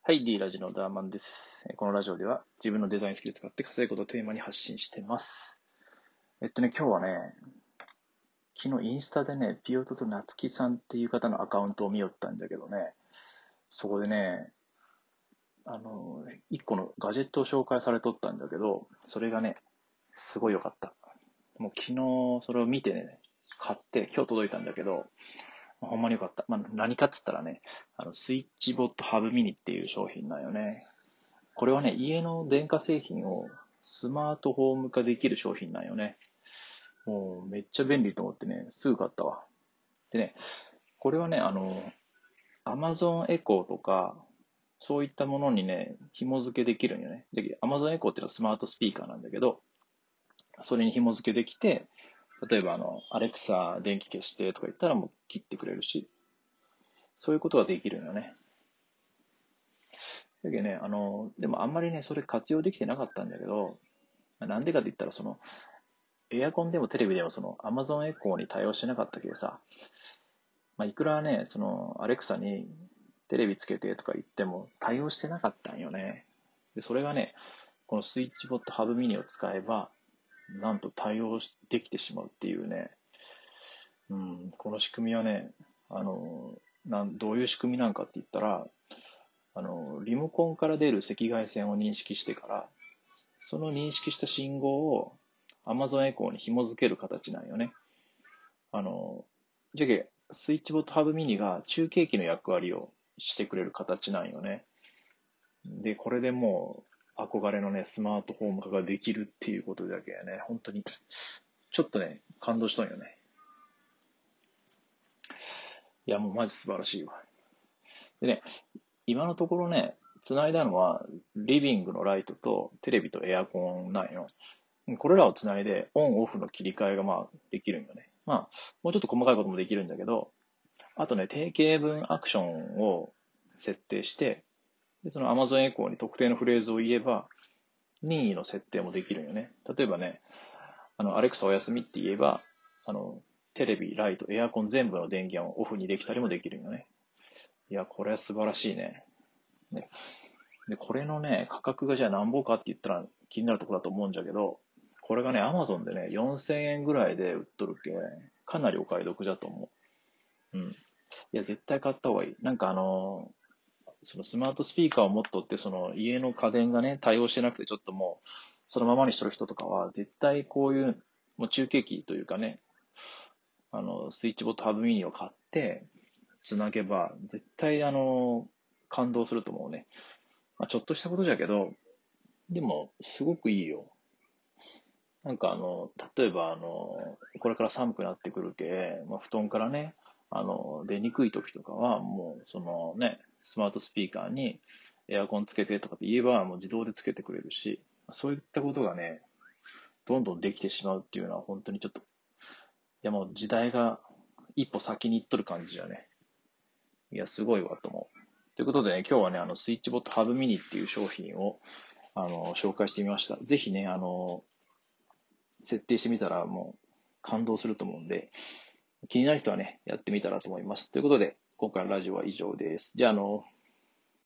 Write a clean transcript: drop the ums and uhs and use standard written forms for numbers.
はい、D ラジのダーマンです。このラジオでは自分のデザインスキルを使って稼ぐことをテーマに発信しています。今日はね、昨日インスタでね、ピヨトとなつきさんっていう方のアカウントを見よったんだけどね、そこでね、一個のガジェットを紹介されとったんだけど、それがね、すごい良かった。もう昨日それを見てね、買って今日届いたんだけど、ほんまに良かった。何かっつったらね、スイッチボットハブミニっていう商品なんよね。これはね、家の電化製品をスマートホーム化できる商品なんよね。もうめっちゃ便利と思ってね、すぐ買ったわ。でね、これはね、Amazon Echo とか、そういったものにね、紐付けできるんよね。で、Amazon Echo っていうのはスマートスピーカーなんだけど、それに紐付けできて、例えばアレクサ電気消してとか言ったらもう切ってくれるし、そういうことができるんよね。だけどね、でもあんまりね、それ活用できてなかったんだけど、なんでかって言ったら、エアコンでもテレビでもAmazon エコーに対応してなかったけどさ、いくらね、アレクサにテレビつけてとか言っても対応してなかったんよね。で、それがね、このスイッチボットハブミニを使えば、なんと対応できてしまうっていうね、この仕組みはね、どういう仕組みなんかって言ったら、リモコンから出る赤外線を認識してから、その認識した信号を Amazon エコーに紐付ける形なんよね。あの、じゃけ、スイッチボットハブミニが中継機の役割をしてくれる形なんよね。で、これでもう憧れのね、スマートフォーム化ができるっていうことだけね、本当に、ちょっとね、感動したんよね。いや、もうマジ素晴らしいわ。でね、今のところね、繋いだのは、リビングのライトとテレビとエアコンなんよ。これらをつないで、オンオフの切り替えができるんよね。もうちょっと細かいこともできるんだけど、あとね、定型文アクションを設定して、で、その Amazon エコーに特定のフレーズを言えば、任意の設定もできるんよね。例えばね、アレクサお休みって言えば、あの、テレビ、ライト、エアコン全部の電源をオフにできたりもできるんよね。いや、これは素晴らしいね。ねで、これのね、価格がじゃあ何ぼかって言ったら気になるところだと思うんじゃけど、これがね、Amazon でね、4000円ぐらいで売っとるけ、かなりお買い得だと思う。うん。いや、絶対買った方がいい。そのスマートスピーカーを持っとって、その家の家電がね、対応してなくて、ちょっともう、そのままにしてる人とかは、絶対こういう、もう中継機というかね、スイッチボットハブミニを買って、つなげば、絶対感動すると思うね。ちょっとしたことじゃけど、でも、すごくいいよ。例えばこれから寒くなってくるけ、布団からね、出にくい時とかは、もう、そのね、スマートスピーカーにエアコンつけてとかって言えば、もう自動でつけてくれるし、そういったことがね、どんどんできてしまうっていうのは、本当にちょっと、いやもう時代が一歩先に行っとる感じじゃね。いや、すごいわと思う。ということでね、今日はね、スイッチボットハブミニっていう商品を、紹介してみました。ぜひね、設定してみたらもう感動すると思うんで、気になる人はね、やってみたらと思います。ということで、今回のラジオは以上です。じゃあ、